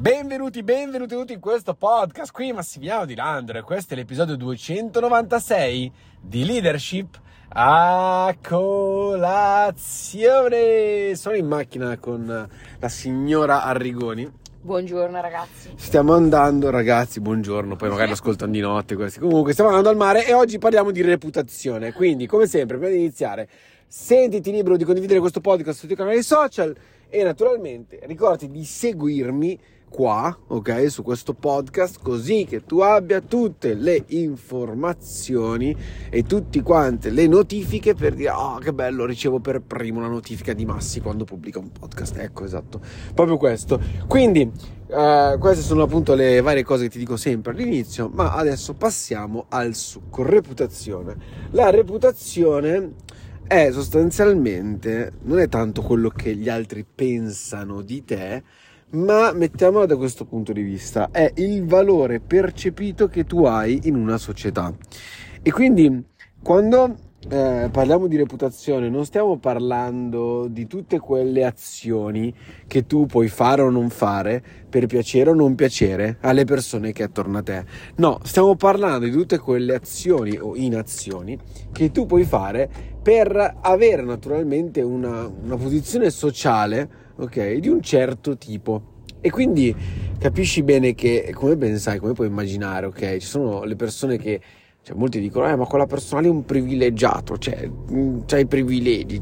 Benvenuti tutti in questo podcast, qui Massimiliano Di Landro e questo è l'episodio 296 di Leadership a colazione. Sono in macchina con la signora Arrigoni. Buongiorno ragazzi. Stiamo andando, ragazzi, buongiorno, poi magari lo ascoltano di notte questi. Comunque stiamo andando al mare e oggi parliamo di reputazione. Quindi, come sempre, prima di iniziare, sentiti libero di condividere questo podcast sui tuoi canali social e naturalmente ricordati di seguirmi qua, ok, su questo podcast, così che tu abbia tutte le informazioni e tutte quante le notifiche per dire che bello, ricevo per primo una notifica di Massi quando pubblica un podcast. Ecco, esatto, proprio questo. Quindi queste sono appunto le varie cose che ti dico sempre all'inizio, ma adesso passiamo al succo. Reputazione. La reputazione è sostanzialmente, non è tanto quello che gli altri pensano di te, ma mettiamola da questo punto di vista, è il valore percepito che tu hai in una società. E quindi quando parliamo di reputazione non stiamo parlando di tutte quelle azioni che tu puoi fare o non fare per piacere o non piacere alle persone che è attorno a te. No, stiamo parlando di tutte quelle azioni o inazioni che tu puoi fare per avere naturalmente una posizione sociale, ok, di un certo tipo. E quindi capisci bene che, come ben sai, come puoi immaginare, ok, ci sono le persone che, molti dicono ma quella persona lì è un privilegiato, c'ha i privilegi,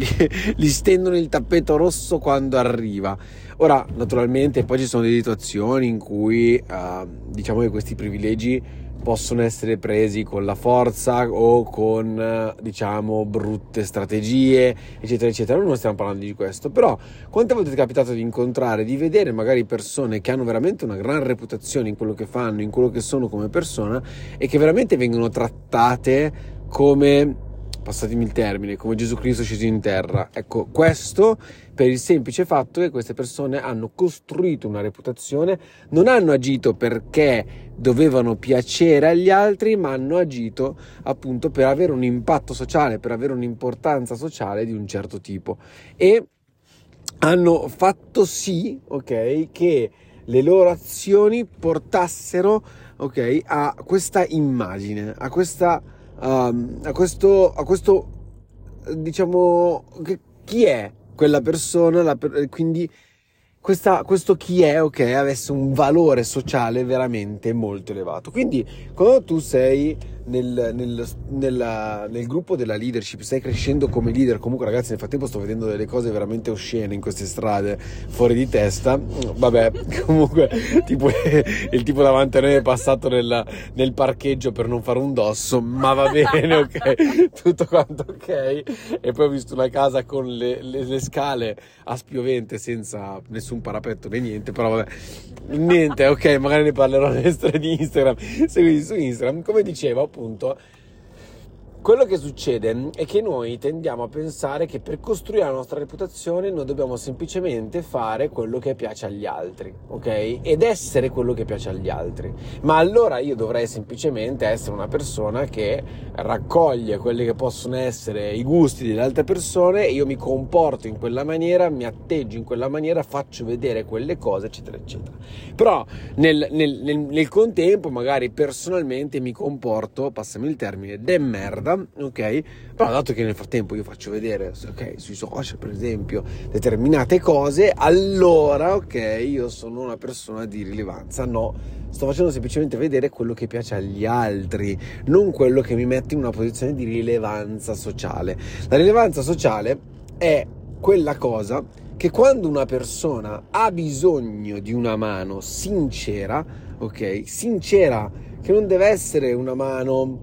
li stendono il tappeto rosso quando arriva. Ora, naturalmente, poi ci sono delle situazioni in cui diciamo che questi privilegi possono essere presi con la forza o con, brutte strategie, eccetera, eccetera. Noi non stiamo parlando di questo, però quante volte ti è capitato di incontrare, di vedere magari persone che hanno veramente una gran reputazione in quello che fanno, in quello che sono come persona e che veramente vengono trattate come, passatemi il termine, come Gesù Cristo sceso in terra. Ecco, questo per il semplice fatto che queste persone hanno costruito una reputazione, non hanno agito perché dovevano piacere agli altri, ma hanno agito appunto per avere un impatto sociale, per avere un'importanza sociale di un certo tipo, e hanno fatto sì, ok, che le loro azioni portassero, ok, a questa immagine, a questo, diciamo, chi è quella persona, quindi questo chi è, ok, avesse un valore sociale veramente molto elevato. Quindi quando tu sei nel gruppo della leadership, stai crescendo come leader, comunque ragazzi, nel frattempo sto vedendo delle cose veramente oscene in queste strade, fuori di testa, vabbè, comunque tipo il tipo davanti a noi è passato nel parcheggio per non fare un dosso, ma va bene, ok, tutto quanto ok, e poi ho visto una casa con le scale a spiovente senza nessun parapetto né niente, però vabbè, niente, ok, magari ne parlerò nelle storie di Instagram. Seguiti su Instagram. Come dicevo, appunto, quello che succede è che noi tendiamo a pensare che per costruire la nostra reputazione noi dobbiamo semplicemente fare quello che piace agli altri, ok? Ed essere quello che piace agli altri. Ma allora io dovrei semplicemente essere una persona che raccoglie quelli che possono essere i gusti delle altre persone, io mi comporto in quella maniera, mi atteggio in quella maniera, faccio vedere quelle cose, eccetera, eccetera. Però nel contempo magari personalmente mi comporto, passami il termine, de merda, ok? Però dato che nel frattempo io faccio vedere, ok, sui social per esempio determinate cose, allora ok, io sono una persona di rilevanza. No, sto facendo semplicemente vedere quello che piace agli altri, non quello che mi mette in una posizione di rilevanza sociale. La rilevanza sociale è quella cosa che quando una persona ha bisogno di una mano sincera, ok, sincera, che non deve essere una mano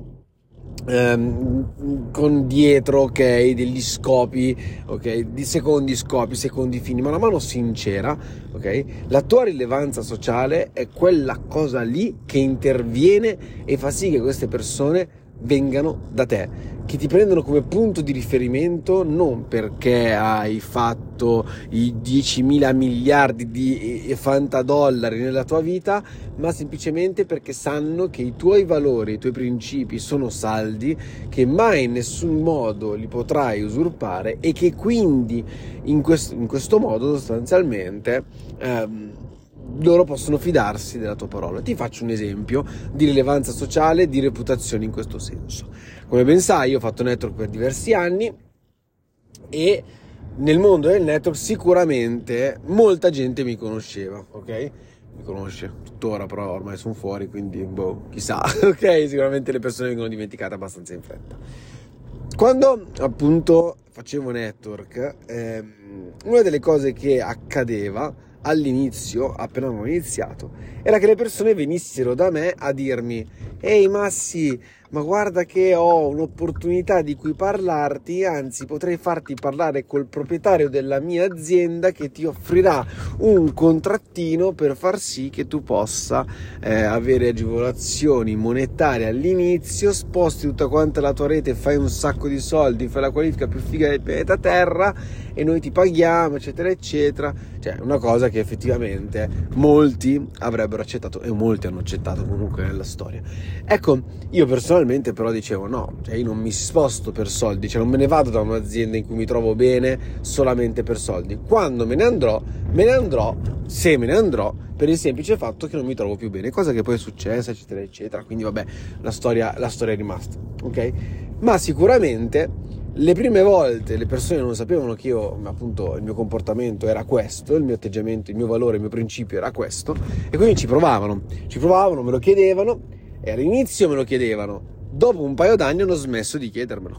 con dietro, ok, degli scopi, ok, di secondi scopi, secondi fini, ma una mano sincera, ok, la tua rilevanza sociale è quella cosa lì che interviene e fa sì che queste persone vengano da te, che ti prendono come punto di riferimento non perché hai fatto i 10.000 miliardi di fantadollari nella tua vita, ma semplicemente perché sanno che i tuoi valori, i tuoi principi sono saldi, che mai in nessun modo li potrai usurpare e che quindi in questo modo sostanzialmente loro possono fidarsi della tua parola. Ti faccio un esempio di rilevanza sociale, di reputazione in questo senso. Come ben sai, io ho fatto network per diversi anni e nel mondo del network sicuramente molta gente mi conosceva, ok? Mi conosce tuttora, però ormai sono fuori, quindi chissà, ok? Sicuramente le persone vengono dimenticate abbastanza in fretta. Quando appunto facevo network, una delle cose che accadeva all'inizio, appena avevo iniziato, era che le persone venissero da me a dirmi: ehi Massi, ma guarda che ho un'opportunità di cui parlarti, anzi potrei farti parlare col proprietario della mia azienda che ti offrirà un contrattino per far sì che tu possa avere agevolazioni monetarie all'inizio, sposti tutta quanta la tua rete, fai un sacco di soldi, fai la qualifica più figa del pianeta Terra e noi ti paghiamo, eccetera eccetera. Cioè, una cosa che effettivamente molti avrebbero accettato, e molti hanno accettato comunque nella storia. Ecco, io personalmente però dicevo no, cioè io non mi sposto per soldi, cioè non me ne vado da un'azienda in cui mi trovo bene solamente per soldi. Quando me ne andrò, se me ne andrò, per il semplice fatto che non mi trovo più bene, cosa che poi è successa, eccetera eccetera. Quindi vabbè, la storia è rimasta, ok? Ma sicuramente le prime volte le persone non sapevano che io, appunto, il mio comportamento era questo, il mio atteggiamento, il mio valore, il mio principio era questo, e quindi ci provavano, me lo chiedevano, e all'inizio me lo chiedevano, dopo un paio d'anni hanno smesso di chiedermelo,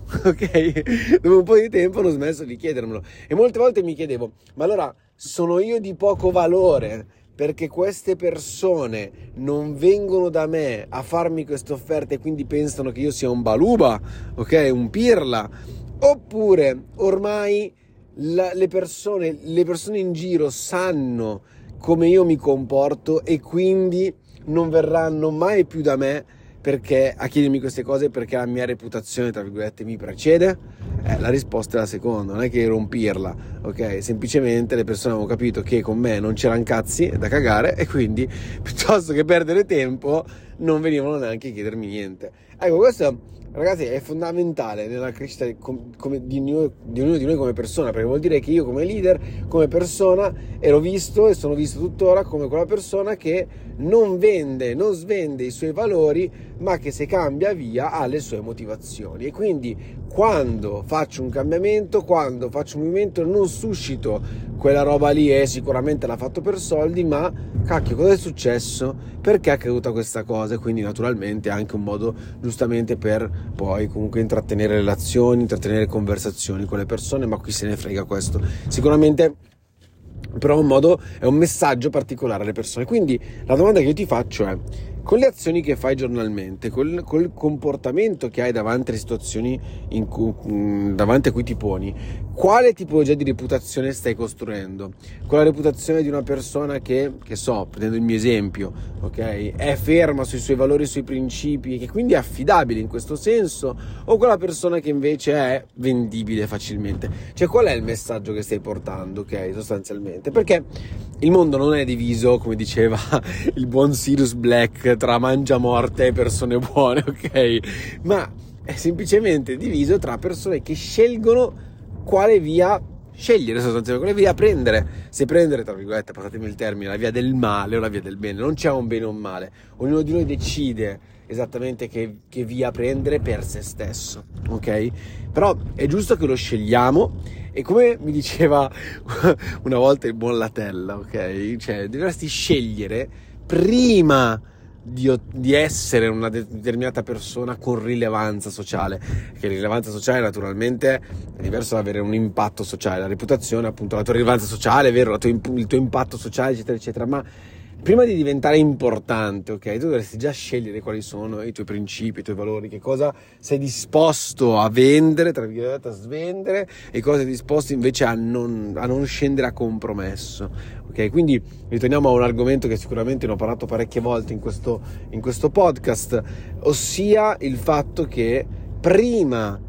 ok? Dopo un po' di tempo hanno smesso di chiedermelo, e molte volte mi chiedevo: ma allora sono io di poco valore perché queste persone non vengono da me a farmi queste offerte e quindi pensano che io sia un baluba, ok? Un pirla? Oppure ormai le persone in giro sanno come io mi comporto e quindi non verranno mai più da me perché a chiedermi queste cose, perché la mia reputazione, tra virgolette, mi precede? La risposta è la seconda, non è che ero un pirla, ok? Semplicemente le persone avevano capito che con me non c'erano cazzi da cagare e quindi piuttosto che perdere tempo non venivano neanche a chiedermi niente. Ecco, questo, ragazzi, è fondamentale nella crescita di ognuno di noi come persona, perché vuol dire che io come leader, come persona, ero visto e sono visto tuttora come quella persona che non svende i suoi valori, ma che se cambia via ha le sue motivazioni. E quindi quando faccio un cambiamento, quando faccio un movimento, non suscito quella roba lì e sicuramente l'ha fatto per soldi, ma cacchio, cosa è successo? Perché è accaduta questa cosa? E quindi naturalmente è anche un modo giustamente per poi comunque intrattenere relazioni, intrattenere conversazioni con le persone, ma qui se ne frega questo. Sicuramente però è un messaggio particolare alle persone. Quindi la domanda che io ti faccio è: con le azioni che fai giornalmente, col comportamento che hai davanti alle situazioni davanti a cui ti poni, quale tipologia di reputazione stai costruendo? Con la reputazione di una persona che so, prendendo il mio esempio, ok, è ferma sui suoi valori, sui principi e che quindi è affidabile in questo senso, o quella persona che invece è vendibile facilmente? Cioè, qual è il messaggio che stai portando, ok, sostanzialmente? Perché il mondo non è diviso, come diceva il buon Sirius Black, tra mangiamorte e persone buone, ok? Ma è semplicemente diviso tra persone che scelgono quale via scegliere, sostanzialmente quale via prendere. Se prendere, tra virgolette, passatemi il termine, la via del male o la via del bene. Non c'è un bene o un male, ognuno di noi decide esattamente che via prendere per se stesso, ok? Però è giusto che lo scegliamo, e come mi diceva una volta il buon Latella, ok? Cioè, dovresti scegliere prima di essere una determinata persona con rilevanza sociale, che rilevanza sociale naturalmente è diverso da avere un impatto sociale. La reputazione, appunto, la tua rilevanza sociale, è vero, il tuo impatto sociale, eccetera eccetera, ma prima di diventare importante, ok, tu dovresti già scegliere quali sono i tuoi principi, i tuoi valori, che cosa sei disposto a vendere, tra virgolette, a svendere, e cosa sei disposto invece a non scendere a compromesso, ok? Quindi ritorniamo a un argomento che sicuramente ne ho parlato parecchie volte in questo podcast, ossia il fatto che prima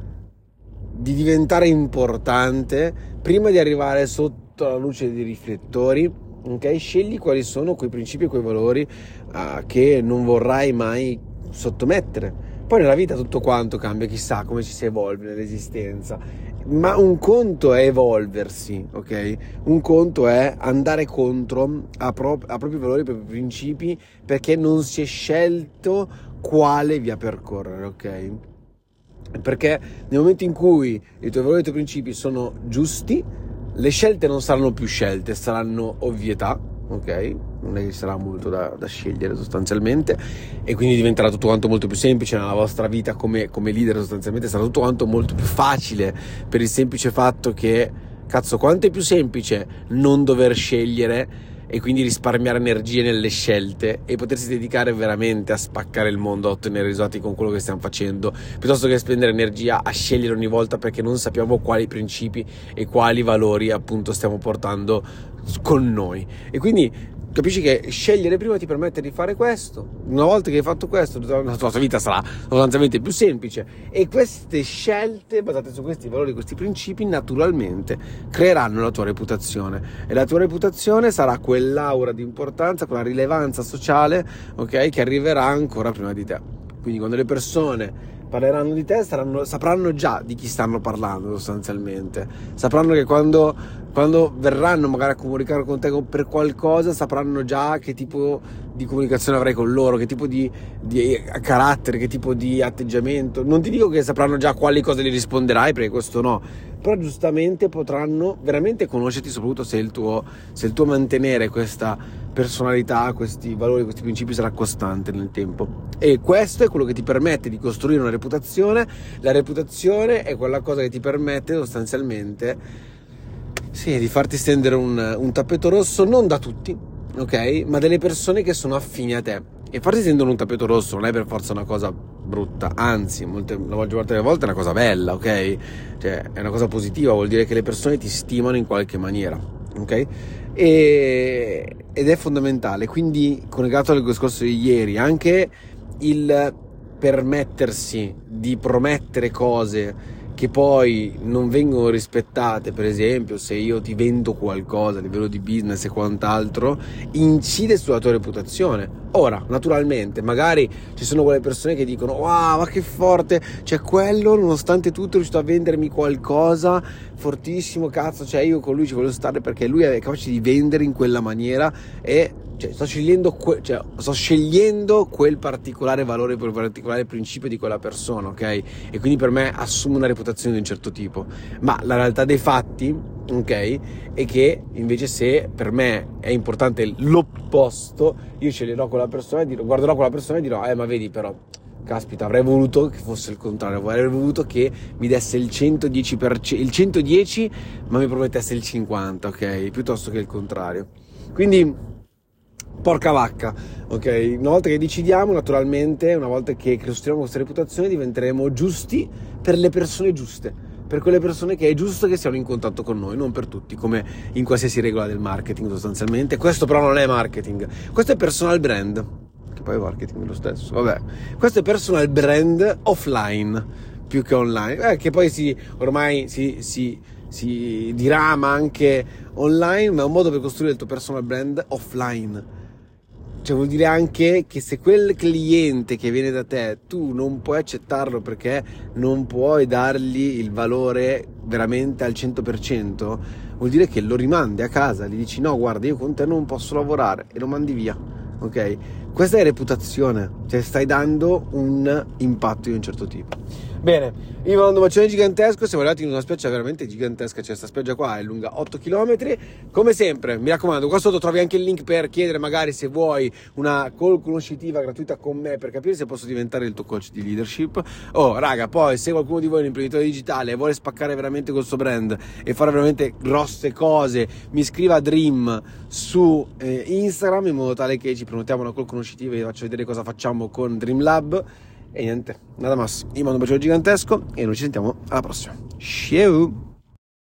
di diventare importante, prima di arrivare sotto la luce dei riflettori, ok, scegli quali sono quei principi e quei valori che non vorrai mai sottomettere. Poi nella vita tutto quanto cambia, chissà come ci si evolve nell'esistenza, Ma un conto è evolversi, ok? Un conto è andare contro a propri valori, ai propri principi, perché non si è scelto quale via percorrere, ok? Perché nel momento in cui i tuoi valori e i tuoi principi sono giusti, le scelte non saranno più scelte, saranno ovvietà, ok? Non è che ci sarà molto da scegliere sostanzialmente, e quindi diventerà tutto quanto molto più semplice nella vostra vita come leader. Sostanzialmente sarà tutto quanto molto più facile, per il semplice fatto che, cazzo, quanto è più semplice non dover scegliere e quindi risparmiare energie nelle scelte e potersi dedicare veramente a spaccare il mondo, a ottenere risultati con quello che stiamo facendo, piuttosto che spendere energia a scegliere ogni volta perché non sappiamo quali principi e quali valori appunto stiamo portando con noi. E quindi capisci che scegliere prima ti permette di fare questo. Una volta che hai fatto questo, la tua vita sarà sostanzialmente più semplice, e queste scelte basate su questi valori, questi principi, naturalmente creeranno la tua reputazione, e la tua reputazione sarà quell'aura di importanza, quella rilevanza sociale, ok, che arriverà ancora prima di te. Quindi quando le persone parleranno di te sapranno già di chi stanno parlando, sostanzialmente sapranno che quando verranno magari a comunicare con te per qualcosa, sapranno già che tipo di comunicazione avrai con loro, che tipo di carattere, che tipo di atteggiamento. Non ti dico che sapranno già quali cose gli risponderai, perché questo no, però giustamente potranno veramente conoscerti, soprattutto se il tuo mantenere questa personalità, questi valori, questi principi sarà costante nel tempo. E questo è quello che ti permette di costruire una reputazione. La reputazione è quella cosa che ti permette sostanzialmente, sì, di farti stendere un tappeto rosso, non da tutti, ok? Ma delle persone che sono affini a te. E farti stendere un tappeto rosso non è per forza una cosa brutta, anzi, la maggior parte delle volte è una cosa bella, ok? Cioè, è una cosa positiva, vuol dire che le persone ti stimano in qualche maniera, ok? Ed è fondamentale. Quindi, collegato al discorso di ieri, anche il permettersi di promettere cose che poi non vengono rispettate, per esempio se io ti vendo qualcosa a livello di business e quant'altro, incide sulla tua reputazione. Ora, naturalmente, magari ci sono quelle persone che dicono: wow, ma che forte, cioè quello nonostante tutto è riuscito a vendermi qualcosa fortissimo, cazzo, cioè io con lui ci voglio stare perché lui è capace di vendere in quella maniera, e cioè, sto scegliendo quel particolare valore, quel particolare principio di quella persona, ok? E quindi per me assume una reputazione di un certo tipo. Ma la realtà dei fatti, ok, è che invece se per me è importante l'opposto, io sceglierò quella persona e guarderò quella persona e dirò: ma vedi, però caspita, avrei voluto che fosse il contrario, avrei voluto che mi desse il 110%, il 110 ma mi promettesse il 50, ok? Piuttosto che il contrario. Quindi porca vacca, ok? Una volta che decidiamo, naturalmente, una volta che costruiamo questa reputazione, diventeremo giusti per le persone giuste, per quelle persone che è giusto che siano in contatto con noi, non per tutti, come in qualsiasi regola del marketing sostanzialmente. Questo però non è marketing, questo è personal brand, che poi è marketing lo stesso, vabbè. Questo è personal brand offline più che online, che poi ormai si dirama anche online, ma è un modo per costruire il tuo personal brand offline. Cioè vuol dire anche che se quel cliente che viene da te tu non puoi accettarlo perché non puoi dargli il valore veramente al 100%, vuol dire che lo rimandi a casa, gli dici: no, guarda, io con te non posso lavorare, e lo mandi via, ok? Questa è reputazione, cioè stai dando un impatto di un certo tipo. Bene, io vi mando un bacione gigantesco. Siamo arrivati in una spiaggia veramente gigantesca, cioè questa spiaggia qua è lunga 8 km. Come sempre, mi raccomando, qua sotto trovi anche il link per chiedere magari se vuoi una call conoscitiva gratuita con me per capire se posso diventare il tuo coach di leadership. Raga, poi se qualcuno di voi è un imprenditore digitale e vuole spaccare veramente col suo brand e fare veramente grosse cose, mi scriva a Dream su Instagram, in modo tale che ci prenotiamo una call conoscitiva e vi faccio vedere cosa facciamo con Dream Lab. E niente, nada más. Io mando un bacio gigantesco e noi ci sentiamo alla prossima. Ciao!